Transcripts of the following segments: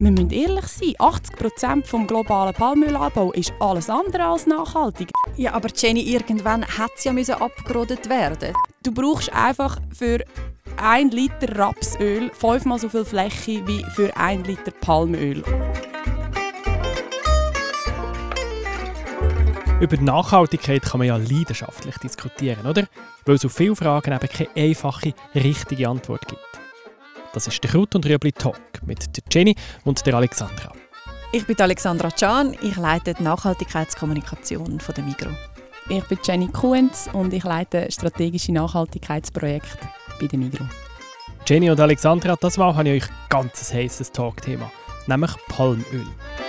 wir müssen ehrlich sein, 80% des globalen Palmölanbau ist alles andere als nachhaltig. Ja, aber Jenny, irgendwann hätte es ja abgerodet werden. Du brauchst einfach für 1 Liter Rapsöl 5-mal so viel Fläche wie für 1 Liter Palmöl. Über die Nachhaltigkeit kann man ja leidenschaftlich diskutieren, oder? Weil es auf viele Fragen eben keine einfache, richtige Antwort gibt. Das ist der Kraut- und Rüebli-Talk mit der Jenny und der Alexandra. Ich bin Alexandra Can, ich leite die Nachhaltigkeitskommunikation von der Migros. Ich bin Jenny Kuhns und ich leite strategische Nachhaltigkeitsprojekte bei der Migros. Jenny und Alexandra, das Mal habe ich euch ein ganz heisses Talkthema, nämlich Palmöl.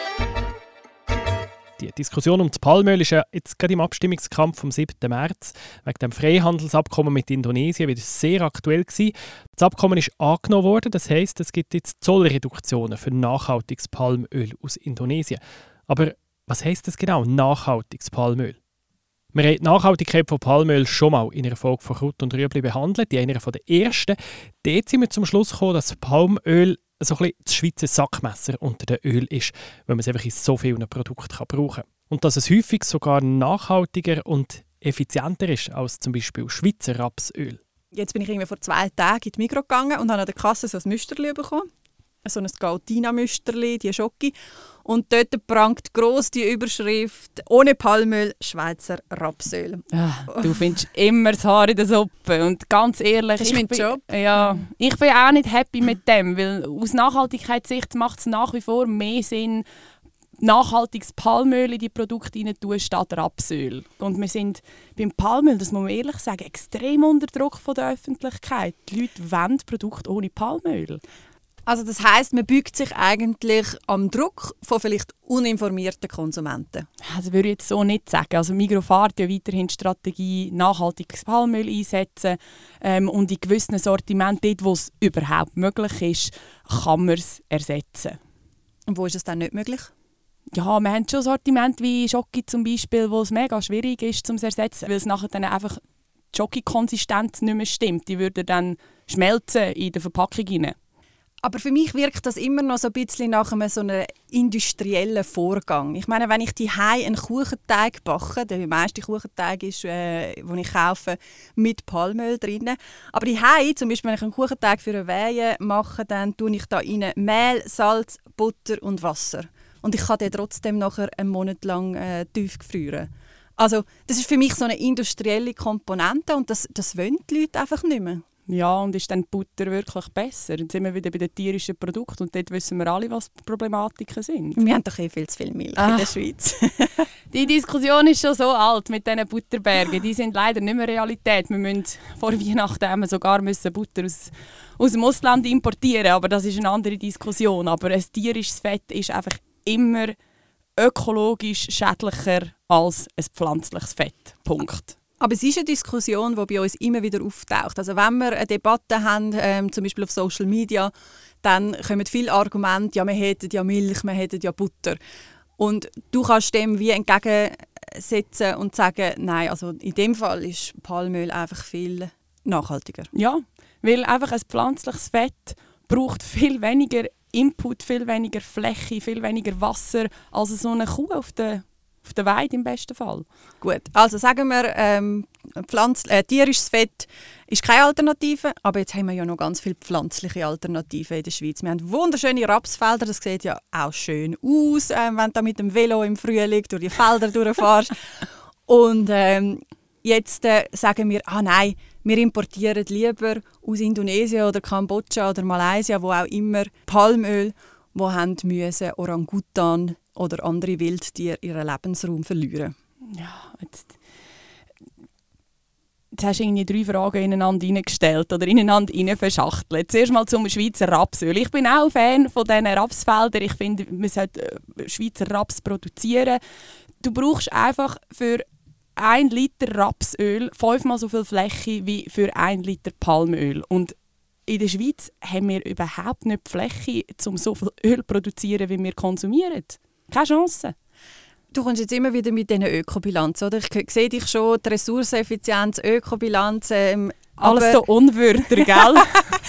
Die Diskussion um das Palmöl ist ja jetzt gerade im Abstimmungskampf vom 7. März wegen dem Freihandelsabkommen mit Indonesien wieder sehr aktuell gewesen. Das Abkommen ist angenommen worden, das heisst, es gibt jetzt Zollreduktionen für nachhaltiges Palmöl aus Indonesien. Aber was heisst das genau, nachhaltiges Palmöl? Wir haben die Nachhaltigkeit von Palmöl schon mal in einer Folge von Kraut und Rüebli behandelt, in einer der ersten. Dort sind wir zum Schluss gekommen, dass Palmöl so ein bisschen das Schweizer Sackmesser unter dem Öl ist, weil man es einfach in so vielen Produkten brauchen kann. Und dass es häufig sogar nachhaltiger und effizienter ist als zum Beispiel Schweizer Rapsöl. Jetzt bin ich irgendwie vor 2 Tagen in die Migros gegangen und habe an der Kasse so ein Müsterli bekommen. So ein Galtina-Müsterli, die Schoki. Und dort prangt gross die Überschrift «Ohne Palmöl, Schweizer Rapsöl». Du findest immer das Haar in der Suppe. Und ganz ehrlich, das ist mein Job. Ja, ich bin auch nicht happy mit dem, weil aus Nachhaltigkeitssicht macht es nach wie vor mehr Sinn, nachhaltiges Palmöl in die Produkte rein tun, statt Rapsöl. Und wir sind beim Palmöl, das muss man ehrlich sagen, extrem unter Druck von der Öffentlichkeit. Die Leute wollen Produkte ohne Palmöl. Also das heisst, man beugt sich eigentlich am Druck von vielleicht uninformierten Konsumenten. Das würde ich jetzt so nicht sagen. Also Migros fährt ja weiterhin die Strategie, nachhaltiges Palmöl einsetzen. Und in gewissen Sortimenten, dort wo es überhaupt möglich ist, kann man es ersetzen. Und wo ist es dann nicht möglich? Ja, wir haben schon Sortimente wie Schoki zum Beispiel, wo es mega schwierig ist, um es zu ersetzen, weil es nachher dann einfach die Schoki-Konsistenz nicht mehr stimmt. Die würde dann schmelzen in der Verpackung rein. Aber für mich wirkt das immer noch so ein bisschen nach einem so einem industriellen Vorgang. Ich meine, wenn ich daheim einen Kuchenteig backe, der meiste Kuchenteig ist, den ich kaufe, mit Palmöl drin. Aber daheim, zum Beispiel, wenn ich einen Kuchenteig für eine Weihe mache, dann tue ich da rein Mehl, Salz, Butter und Wasser. Und ich kann den trotzdem nachher einen Monat lang tief gefrieren. Also das ist für mich so eine industrielle Komponente und das wollen die Leute einfach nicht mehr. Ja, und ist dann die Butter wirklich besser? Dann sind wir wieder bei den tierischen Produkten und dort wissen wir alle, was die Problematiken sind. Wir haben doch viel zu viel Milch in der Schweiz. Die Diskussion ist schon so alt mit diesen Butterbergen. Die sind leider nicht mehr Realität. Wir müssen vor Weihnachten sogar Butter aus dem Ausland importieren, aber das ist eine andere Diskussion. Aber ein tierisches Fett ist einfach immer ökologisch schädlicher als ein pflanzliches Fett. Punkt. Aber es ist eine Diskussion, die bei uns immer wieder auftaucht. Also wenn wir eine Debatte haben, zum Beispiel auf Social Media, dann kommen viele Argumente, ja, wir hätten ja Milch, wir hätten ja Butter. Und du kannst dem wie entgegensetzen und sagen, nein, also in dem Fall ist Palmöl einfach viel nachhaltiger. Ja, weil einfach ein pflanzliches Fett braucht viel weniger Input, viel weniger Fläche, viel weniger Wasser als so eine Kuh auf der Weide im besten Fall. Gut, also sagen wir, tierisches Fett ist keine Alternative, aber jetzt haben wir ja noch ganz viele pflanzliche Alternativen in der Schweiz. Wir haben wunderschöne Rapsfelder, das sieht ja auch schön aus, wenn du da mit dem Velo im Frühling durch die Felder durchfährst. Und jetzt sagen wir, nein, wir importieren lieber aus Indonesien oder Kambodscha oder Malaysia, wo auch immer, Palmöl, wo haben müssen Orangutan oder andere Wildtiere ihren Lebensraum verlieren. Ja, jetzt hast du irgendwie 3 Fragen ineinander hineingestellt oder ineinander verschachtelt. Zuerst mal zum Schweizer Rapsöl. Ich bin auch Fan von diesen Rapsfeldern. Ich finde, man sollte Schweizer Raps produzieren. Du brauchst einfach für 1 Liter Rapsöl 5-mal so viel Fläche wie für 1 Liter Palmöl. Und in der Schweiz haben wir überhaupt nicht die Fläche, um so viel Öl zu produzieren, wie wir konsumieren. Keine Chance. Du kommst jetzt immer wieder mit diesen Ökobilanzen, oder? Ich sehe dich schon, die Ressourceneffizienz, Ökobilanz. Alles so Unwörter, gell?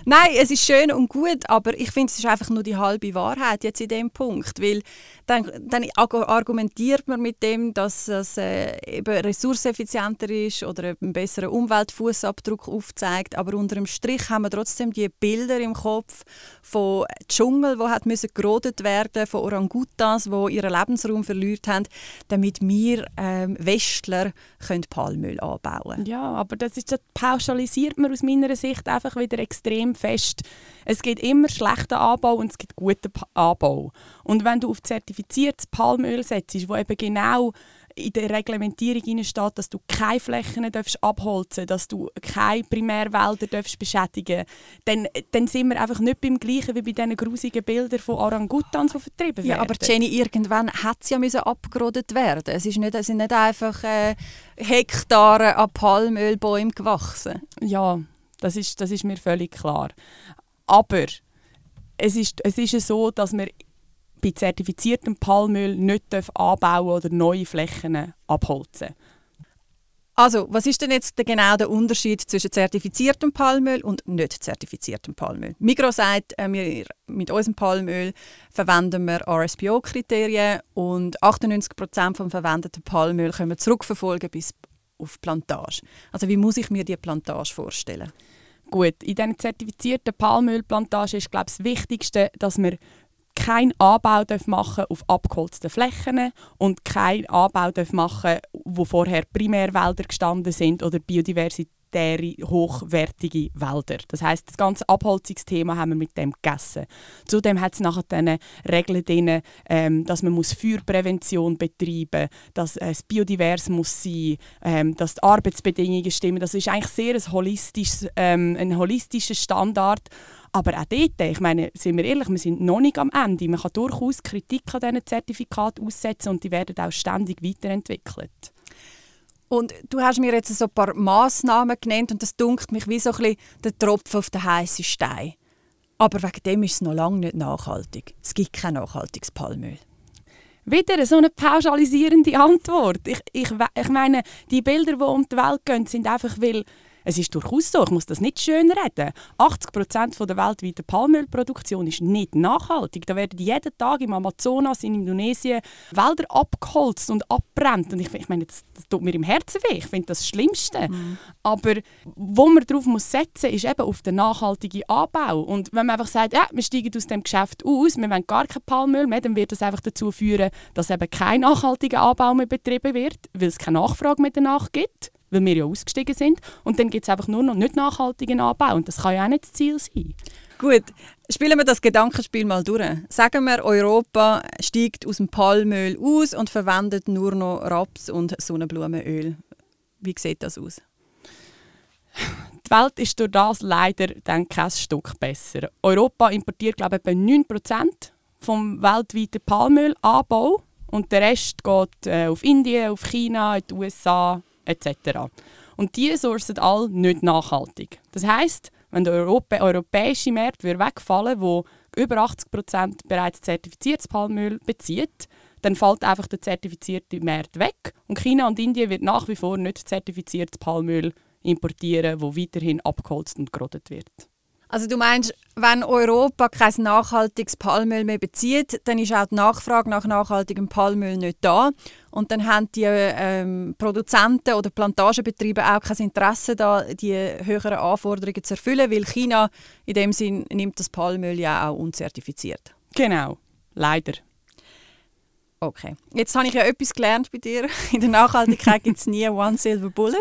Nein, es ist schön und gut, aber ich finde, es ist einfach nur die halbe Wahrheit jetzt in dem Punkt, weil dann argumentiert man mit dem, dass es eben ressourceneffizienter ist oder einen besseren Umweltfußabdruck aufzeigt, aber unter dem Strich haben wir trotzdem die Bilder im Kopf von Dschungel, wo hat müssen gerodet werden, von Orangutans, die ihren Lebensraum verloren haben, damit wir Westler Palmöl anbauen können. Ja, aber das pauschalisiert man aus meiner Sicht einfach wieder extrem fest. Es gibt immer schlechten Anbau und es gibt guten Anbau. Und wenn du auf zertifiziertes Palmöl setzt, wo eben genau in der Reglementierung steht, dass du keine Flächen abholzen darfst, dass du keine Primärwälder beschädigen darfst, dann sind wir einfach nicht beim Gleichen wie bei diesen grusigen Bildern von Orangutans, die vertrieben werden. Ja, aber Jenny, irgendwann hat es ja abgerodet werden. Es sind nicht einfach Hektare an Palmölbäumen gewachsen. Ja, das ist mir völlig klar. Aber es ist so, dass wir bei zertifiziertem Palmöl nicht anbauen oder neue Flächen abholzen. Also, was ist denn jetzt genau der Unterschied zwischen zertifiziertem Palmöl und nicht zertifiziertem Palmöl? Migros sagt, mit unserem Palmöl verwenden wir RSPO-Kriterien und 98% vom verwendeten Palmöl können wir zurückverfolgen bis auf Plantage. Also wie muss ich mir die Plantage vorstellen? Gut, in diesen zertifizierten Palmölplantagen ist, glaube ich, das Wichtigste, dass wir keinen Anbau machen auf abgeholzten Flächen und keinen Anbau machen, wo vorher Primärwälder gestanden sind oder biodiversitäre, hochwertige Wälder. Das heisst, das ganze Abholzungsthema haben wir mit dem gegessen. Zudem hat es nachher dann Regeln drin, dass man Feuerprävention betreiben muss, dass es biodivers muss sein, dass die Arbeitsbedingungen stimmen. Das ist eigentlich sehr ein holistischer Standard. Aber auch dort, ich meine, sind wir ehrlich, wir sind noch nicht am Ende. Man kann durchaus Kritik an diesen Zertifikaten aussetzen und die werden auch ständig weiterentwickelt. Und du hast mir jetzt so ein paar Massnahmen genannt und das dunkelt mich wie so ein bisschen der Tropfen auf den heißen Stein. Aber wegen dem ist es noch lange nicht nachhaltig. Es gibt kein nachhaltiges Palmöl. Wieder so eine pauschalisierende Antwort. Ich meine, die Bilder, die um die Welt gehen, sind einfach, weil es ist durchaus so, ich muss das nicht schön reden. 80% der weltweiten Palmölproduktion ist nicht nachhaltig. Da werden jeden Tag im Amazonas, in Indonesien Wälder abgeholzt und abbrennt. Und ich meine, das tut mir im Herzen weh. Ich finde das Schlimmste. Aber wo man darauf muss setzen, ist eben auf den nachhaltigen Anbau. Und wenn man einfach sagt, ja, wir steigen aus dem Geschäft aus, wir wollen gar kein Palmöl mehr, dann wird das einfach dazu führen, dass eben kein nachhaltiger Anbau mehr betrieben wird, weil es keine Nachfrage mehr danach gibt, weil wir ja ausgestiegen sind. Und dann gibt es einfach nur noch nicht nachhaltigen Anbau. Und das kann ja auch nicht das Ziel sein. Gut, spielen wir das Gedankenspiel mal durch. Sagen wir, Europa steigt aus dem Palmöl aus und verwendet nur noch Raps- und Sonnenblumenöl. Wie sieht das aus? Die Welt ist durch das leider dann kein Stück besser. Europa importiert, glaube ich, etwa 9% vom weltweiten Palmölanbau. Und der Rest geht auf Indien, auf China, in die USA etc. Und die sourcen alle nicht nachhaltig. Das heisst, wenn der europäische Markt wegfallen würde, wo über 80% bereits zertifiziertes Palmöl bezieht, dann fällt einfach der zertifizierte Markt weg. Und China und Indien wird nach wie vor nicht zertifiziertes Palmöl importieren, wo weiterhin abgeholzt und gerodet wird. Also du meinst, wenn Europa kein nachhaltiges Palmöl mehr bezieht, dann ist auch die Nachfrage nach nachhaltigem Palmöl nicht da. Und dann haben die Produzenten oder Plantagenbetriebe auch kein Interesse da, die höheren Anforderungen zu erfüllen, weil China in dem Sinn nimmt das Palmöl ja auch unzertifiziert. Genau, leider. Okay, jetzt habe ich ja etwas gelernt bei dir. In der Nachhaltigkeit gibt es nie One Silver Bullet.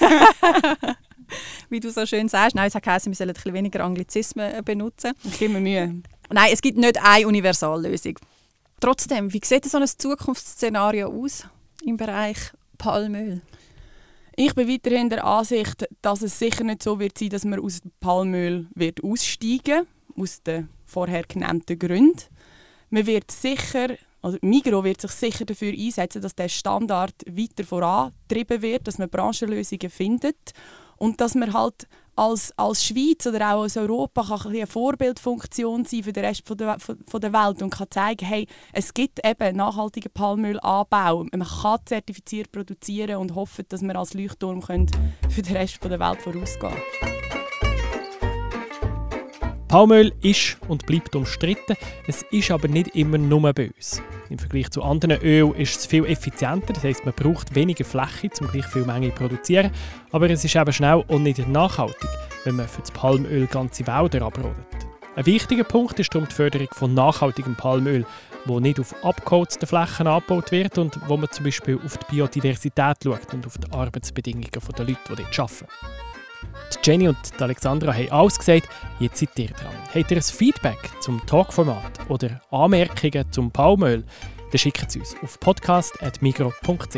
Wie du so schön sagst. Nein, es hat geheißen, wir sollen ein bisschen weniger Anglizismen benutzen. Ich gebe mir Mühe. Nein, es gibt nicht eine Universallösung. Trotzdem, wie sieht so ein Zukunftsszenario aus im Bereich Palmöl? Ich bin weiterhin der Ansicht, dass es sicher nicht so wird sein, dass man aus dem Palmöl wird aussteigen, aus den vorher genannten Gründen. Man wird sicher, also Migros wird sich sicher dafür einsetzen, dass der Standard weiter vorangetrieben wird, dass man Branchenlösungen findet. Und dass man halt als Schweiz oder auch als Europa kann eine Vorbildfunktion sein für den Rest von der Welt und kann zeigen, hey, es gibt eben nachhaltigen Palmölanbau. Man kann zertifiziert produzieren und hoffen, dass wir als Leuchtturm für den Rest von der Welt vorausgehen können. Palmöl ist und bleibt umstritten, es ist aber nicht immer nur bei uns. Im Vergleich zu anderen Ölen ist es viel effizienter, das heisst, man braucht weniger Fläche, um gleich viel Menge zu produzieren, aber es ist eben schnell und nicht nachhaltig, wenn man für das Palmöl ganze Wälder abrodet. Ein wichtiger Punkt ist darum die Förderung von nachhaltigem Palmöl, wo nicht auf abgeholzten Flächen angebaut wird und wo man zum Beispiel auf die Biodiversität schaut und auf die Arbeitsbedingungen der Leute, die dort arbeiten. Die Jenny und die Alexandra haben alles gesagt, jetzt seid ihr dran. Habt ihr ein Feedback zum Talkformat oder Anmerkungen zum Palmöl, dann schickt es uns auf podcast@migros.ch.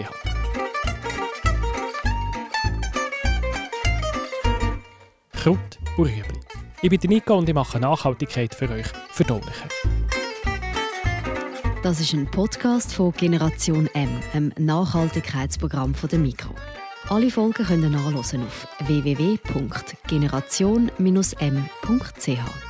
Kraut und Rüebli. Ich bin Nico und ich mache Nachhaltigkeit für euch verdaulicher. Das ist ein Podcast von Generation M, einem Nachhaltigkeitsprogramm von der Migros. Alle Folgen können ihr nachhören auf www.generation-m.ch.